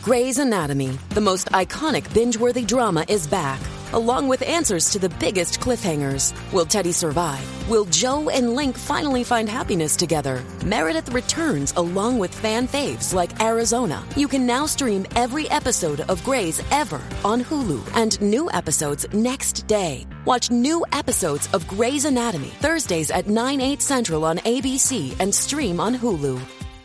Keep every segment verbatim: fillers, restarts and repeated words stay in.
Grey's Anatomy, the most iconic binge-worthy drama, is back, along with answers to the biggest cliffhangers. Will Teddy survive? Will Joe and Link finally find happiness together? Meredith returns along with fan faves like Arizona. You can now stream every episode of Grey's ever on Hulu, and new episodes next day. Watch new episodes of Grey's Anatomy Thursdays at nine, eight Central on A B C and stream on Hulu.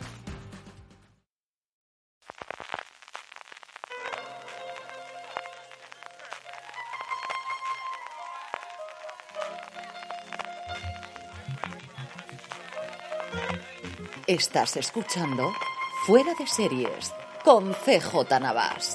Estás escuchando Fuera de Series con C J Navas.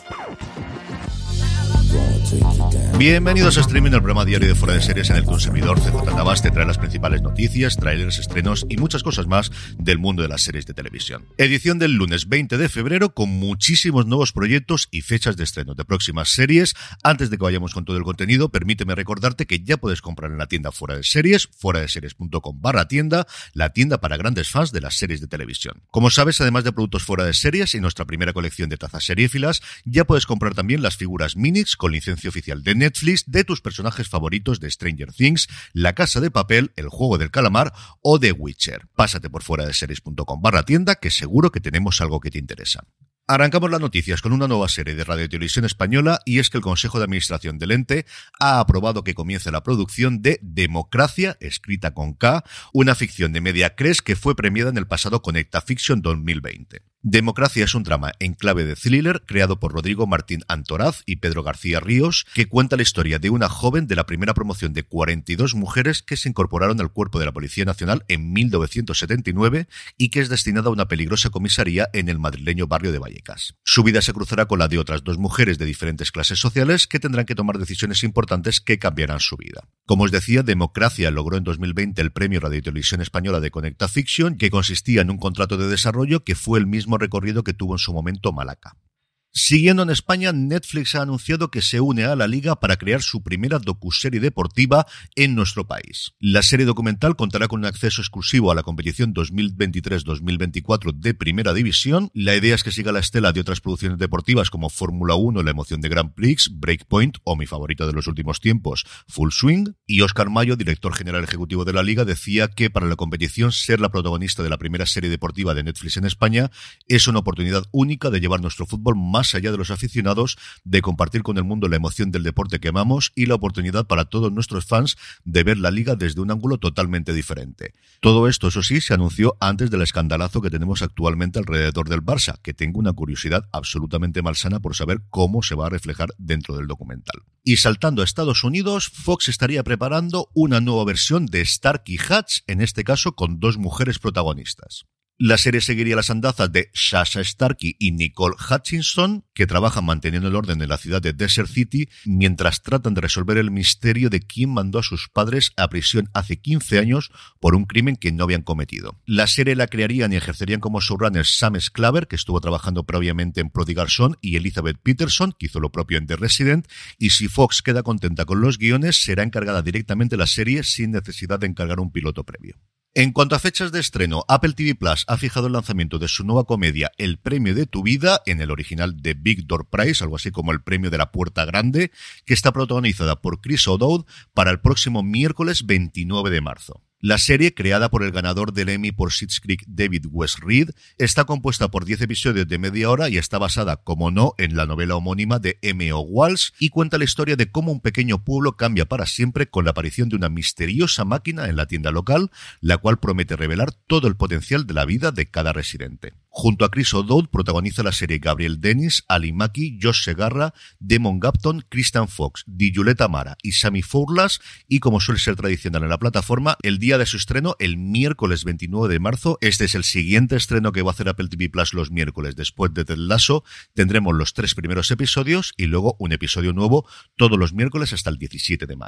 Bienvenidos a Streaming, el programa diario de Fuera de Series en el que un servidor, C J Navas, te trae las principales noticias, trailers, estrenos y muchas cosas más del mundo de las series de televisión. Edición del lunes veinte de febrero con muchísimos nuevos proyectos y fechas de estreno de próximas series. Antes de que vayamos con todo el contenido, permíteme recordarte que ya puedes comprar en la tienda Fuera de Series, fuera de series punto com barra tienda, la tienda para grandes fans de las series de televisión. Como sabes, además de productos Fuera de Series y nuestra primera colección de tazas seriéfilas, ya puedes comprar también las figuras Minix con licencia oficial de Netflix de tus personajes favoritos de Stranger Things, La Casa de Papel, El Juego del Calamar o The Witcher. Pásate por fuera de series punto com barra tienda, que seguro que tenemos algo que te interesa. Arrancamos las noticias con una nueva serie de Radio y Televisión Española, y es que el Consejo de Administración del ente ha aprobado que comience la producción de Democracia, escrita con K, una ficción de Mediacres que fue premiada en el pasado Conecta Fiction dos mil veinte. Democracia es un drama en clave de thriller creado por Rodrigo Martín Antoraz y Pedro García Ríos, que cuenta la historia de una joven de la primera promoción de cuarenta y dos mujeres que se incorporaron al cuerpo de la Policía Nacional en mil novecientos setenta y nueve y que es destinada a una peligrosa comisaría en el madrileño barrio de Vallecas. Su vida se cruzará con la de otras dos mujeres de diferentes clases sociales que tendrán que tomar decisiones importantes que cambiarán su vida. Como os decía, Democracia logró en dos mil veinte el premio Radio y Televisión Española de Conecta Fiction, que consistía en un contrato de desarrollo que fue el mismo recorrido que tuvo en su momento Malaca. Siguiendo en España, Netflix ha anunciado que se une a la Liga para crear su primera docuserie deportiva en nuestro país. La serie documental contará con un acceso exclusivo a la competición dos mil veintitrés dos mil veinticuatro de Primera División. La idea es que siga la estela de otras producciones deportivas como Fórmula uno, La Emoción de Grand Prix, Breakpoint o mi favorito de los últimos tiempos, Full Swing. Y Óscar Mayo, director general ejecutivo de la Liga, decía que para la competición ser la protagonista de la primera serie deportiva de Netflix en España es una oportunidad única de llevar nuestro fútbol más allá de los aficionados, de compartir con el mundo la emoción del deporte que amamos y la oportunidad para todos nuestros fans de ver la Liga desde un ángulo totalmente diferente. Todo esto, eso sí, se anunció antes del escandalazo que tenemos actualmente alrededor del Barça, que tengo una curiosidad absolutamente malsana por saber cómo se va a reflejar dentro del documental. Y saltando a Estados Unidos, Fox estaría preparando una nueva versión de Stark y Hutch, en este caso con dos mujeres protagonistas. La serie seguiría las andanzas de Sasha Starkey y Nicole Hutchinson, que trabajan manteniendo el orden en la ciudad de Desert City, mientras tratan de resolver el misterio de quién mandó a sus padres a prisión hace quince años por un crimen que no habían cometido. La serie la crearían y ejercerían como showrunners Sam Sclaver, que estuvo trabajando previamente en Prodigal Son, y Elizabeth Peterson, que hizo lo propio en The Resident, y si Fox queda contenta con los guiones, será encargada directamente la serie sin necesidad de encargar un piloto previo. En cuanto a fechas de estreno, Apple T V Plus ha fijado el lanzamiento de su nueva comedia El Premio de tu Vida, en el original de Big Door Prize, algo así como El Premio de la Puerta Grande, que está protagonizada por Chris O'Dowd para el próximo miércoles veintinueve de marzo. La serie, creada por el ganador del Emmy por Schitt's Creek, David West Reed, está compuesta por diez episodios de media hora y está basada, como no, en la novela homónima de M O Walsh y cuenta la historia de cómo un pequeño pueblo cambia para siempre con la aparición de una misteriosa máquina en la tienda local, la cual promete revelar todo el potencial de la vida de cada residente. Junto a Chris O'Dowd protagoniza la serie Gabriel Dennis, Ali Maki, Josh Segarra, Damon Gapton, Christian Fox, Diuleta Mara y Sammy Furlas, y como suele ser tradicional en la plataforma, el día de su estreno, el miércoles veintinueve de marzo, este es el siguiente estreno que va a hacer Apple T V Plus los miércoles después de Ted Lasso. Tendremos los tres primeros episodios y luego un episodio nuevo todos los miércoles hasta el diecisiete de mayo.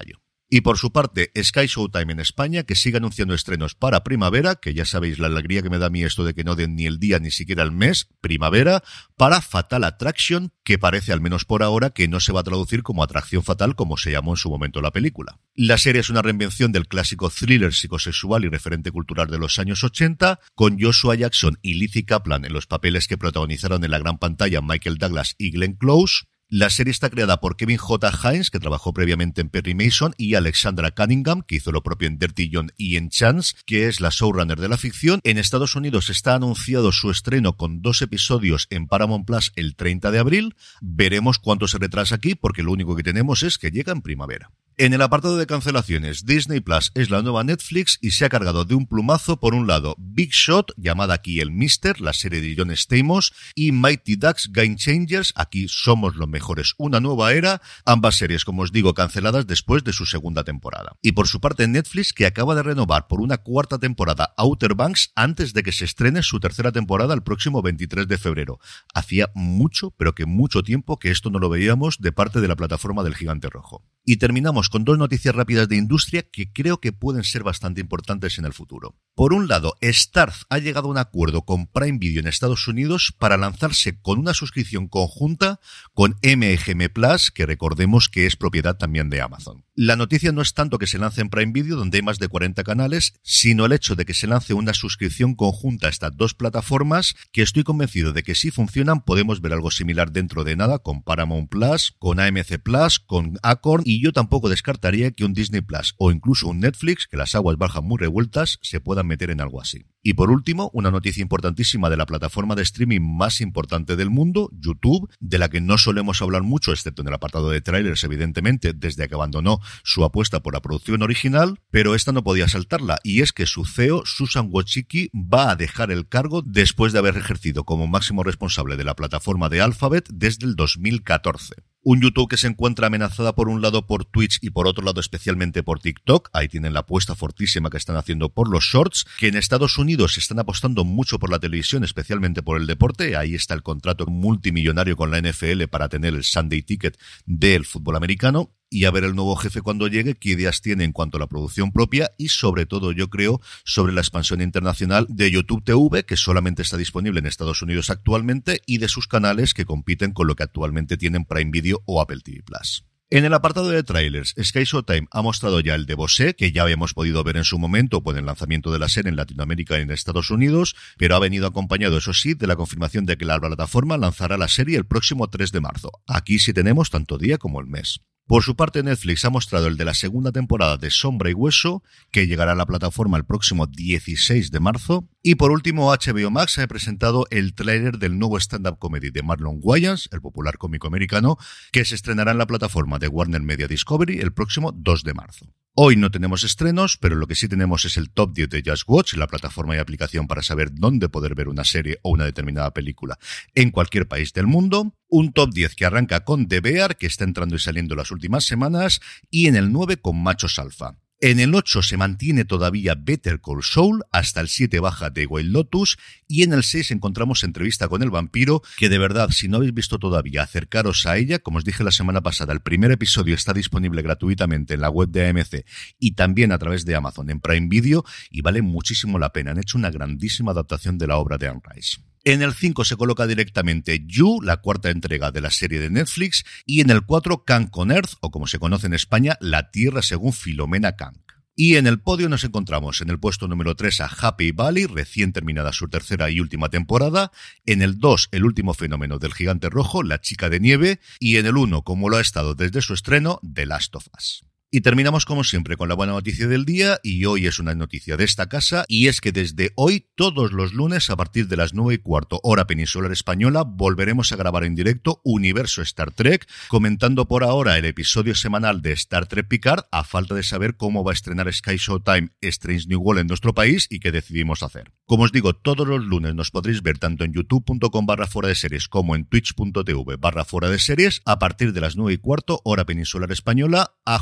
Y por su parte, Sky Showtime en España, que sigue anunciando estrenos para primavera, que ya sabéis la alegría que me da a mí esto de que no den ni el día ni siquiera el mes, primavera, para Fatal Attraction, que parece, al menos por ahora, que no se va a traducir como Atracción Fatal, como se llamó en su momento la película. La serie es una reinvención del clásico thriller psicosexual y referente cultural de los años ochenta, con Joshua Jackson y Lizzie Kaplan en los papeles que protagonizaron en la gran pantalla Michael Douglas y Glenn Close. La serie está creada por Kevin J. Hines, que trabajó previamente en Perry Mason, y Alexandra Cunningham, que hizo lo propio en Dirty John y en Chance, que es la showrunner de la ficción. En Estados Unidos está anunciado su estreno con dos episodios en Paramount Plus el treinta de abril. Veremos cuánto se retrasa aquí, porque lo único que tenemos es que llega en primavera. En el apartado de cancelaciones, Disney Plus es la nueva Netflix y se ha cargado de un plumazo, por un lado, Big Shot, llamada aquí el Mister, la serie de John Stamos, y Mighty Ducks Game Changers, aquí Somos los Mejores, una nueva era, ambas series, como os digo, canceladas después de su segunda temporada. Y por su parte, Netflix, que acaba de renovar por una cuarta temporada Outer Banks antes de que se estrene su tercera temporada el próximo veintitrés de febrero. Hacía mucho, pero que mucho tiempo que esto no lo veíamos de parte de la plataforma del Gigante Rojo. Y terminamos con dos noticias rápidas de industria que creo que pueden ser bastante importantes en el futuro. Por un lado, Starz ha llegado a un acuerdo con Prime Video en Estados Unidos para lanzarse con una suscripción conjunta con M G M Plus, que recordemos que es propiedad también de Amazon. La noticia no es tanto que se lance en Prime Video, donde hay más de cuarenta canales, sino el hecho de que se lance una suscripción conjunta a estas dos plataformas, que estoy convencido de que si funcionan podemos ver algo similar dentro de nada con Paramount Plus, con A M C Plus, con Acorn, y yo tampoco descartaría que un Disney Plus o incluso un Netflix, que las aguas bajan muy revueltas, se puedan meter en algo así. Y por último, una noticia importantísima de la plataforma de streaming más importante del mundo, YouTube, de la que no solemos hablar mucho, excepto en el apartado de trailers, evidentemente, desde que abandonó su apuesta por la producción original, pero esta no podía saltarla, y es que su C E O, Susan Wojcicki, va a dejar el cargo después de haber ejercido como máximo responsable de la plataforma de Alphabet desde el dos mil catorce. Un YouTube que se encuentra amenazada por un lado por Twitch y por otro lado especialmente por TikTok. Ahí tienen la apuesta fortísima que están haciendo por los shorts, que en Estados Unidos están apostando mucho por la televisión, especialmente por el deporte. Ahí está el contrato multimillonario con la N F L para tener el Sunday Ticket del fútbol americano. Y a ver el nuevo jefe cuando llegue, qué ideas tiene en cuanto a la producción propia y sobre todo, yo creo, sobre la expansión internacional de YouTube T V, que solamente está disponible en Estados Unidos actualmente, y de sus canales que compiten con lo que actualmente tienen Prime Video o Apple T V Plus. En el apartado de trailers, Sky Showtime ha mostrado ya el de Bossé, que ya habíamos podido ver en su momento por el lanzamiento de la serie en Latinoamérica y en Estados Unidos, pero ha venido acompañado, eso sí, de la confirmación de que la plataforma lanzará la serie el próximo tres de marzo. Aquí sí tenemos tanto día como el mes. Por su parte, Netflix ha mostrado el de la segunda temporada de Sombra y Hueso, que llegará a la plataforma el próximo dieciséis de marzo. Y por último, H B O Max ha presentado el tráiler del nuevo stand-up comedy de Marlon Wayans, el popular cómico americano, que se estrenará en la plataforma de Warner Media Discovery el próximo dos de marzo. Hoy no tenemos estrenos, pero lo que sí tenemos es el Top diez de Just Watch, la plataforma y aplicación para saber dónde poder ver una serie o una determinada película en cualquier país del mundo. Un Top diez que arranca con The Bear, que está entrando y saliendo las últimas semanas, y en el nueve con Machos Alfa. En el ocho se mantiene todavía Better Call Saul, hasta el siete baja The White Lotus, y en el seis encontramos Entrevista con el vampiro, que de verdad, si no habéis visto todavía, acercaros a ella. Como os dije la semana pasada, el primer episodio está disponible gratuitamente en la web de A M C y también a través de Amazon en Prime Video, y vale muchísimo la pena. Han hecho una grandísima adaptación de la obra de Anne Rice. En el cinco se coloca directamente You, la cuarta entrega de la serie de Netflix, y en el cuatro Kang on Earth, o como se conoce en España, La Tierra según Filomena Kang. Y en el podio nos encontramos en el puesto número tres a Happy Valley, recién terminada su tercera y última temporada. En el dos, El último fenómeno del Gigante Rojo, La Chica de Nieve. Y en el uno, como lo ha estado desde su estreno, The Last of Us. Y terminamos como siempre con la buena noticia del día, y hoy es una noticia de esta casa, y es que desde hoy, todos los lunes, a partir de las nueve y cuarto, hora peninsular española, volveremos a grabar en directo Universo Star Trek, comentando por ahora el episodio semanal de Star Trek Picard, a falta de saber cómo va a estrenar Sky Showtime Strange New World en nuestro país y qué decidimos hacer. Como os digo, todos los lunes nos podréis ver tanto en youtube.com barra fuera de series como en twitch.tv barra fuera de series, a partir de las nueve y cuarto, hora peninsular española. A Jorge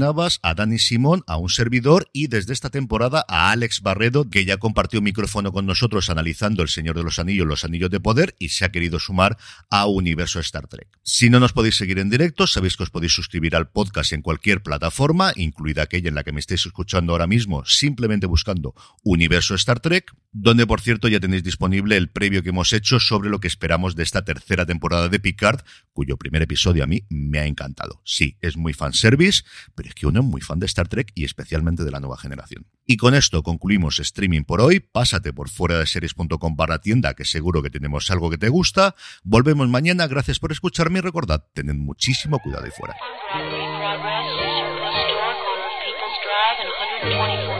Navas, a Dani Simón, a un servidor y desde esta temporada a Alex Barredo, que ya compartió micrófono con nosotros analizando El Señor de los Anillos, Los Anillos de Poder, y se ha querido sumar a Universo Star Trek. Si no nos podéis seguir en directo, sabéis que os podéis suscribir al podcast en cualquier plataforma, incluida aquella en la que me estéis escuchando ahora mismo, simplemente buscando Universo Star Trek, donde por cierto ya tenéis disponible el previo que hemos hecho sobre lo que esperamos de esta tercera temporada de Picard, cuyo primer episodio a mí me ha encantado. Sí, es muy fanservice, pero es que uno es muy fan de Star Trek y especialmente de la nueva generación. Y con esto concluimos streaming por hoy. Pásate por fuera de series punto com barra tienda, que seguro que tenemos algo que te gusta. Volvemos mañana. Gracias por escucharme y recordad, tened muchísimo cuidado ahí fuera.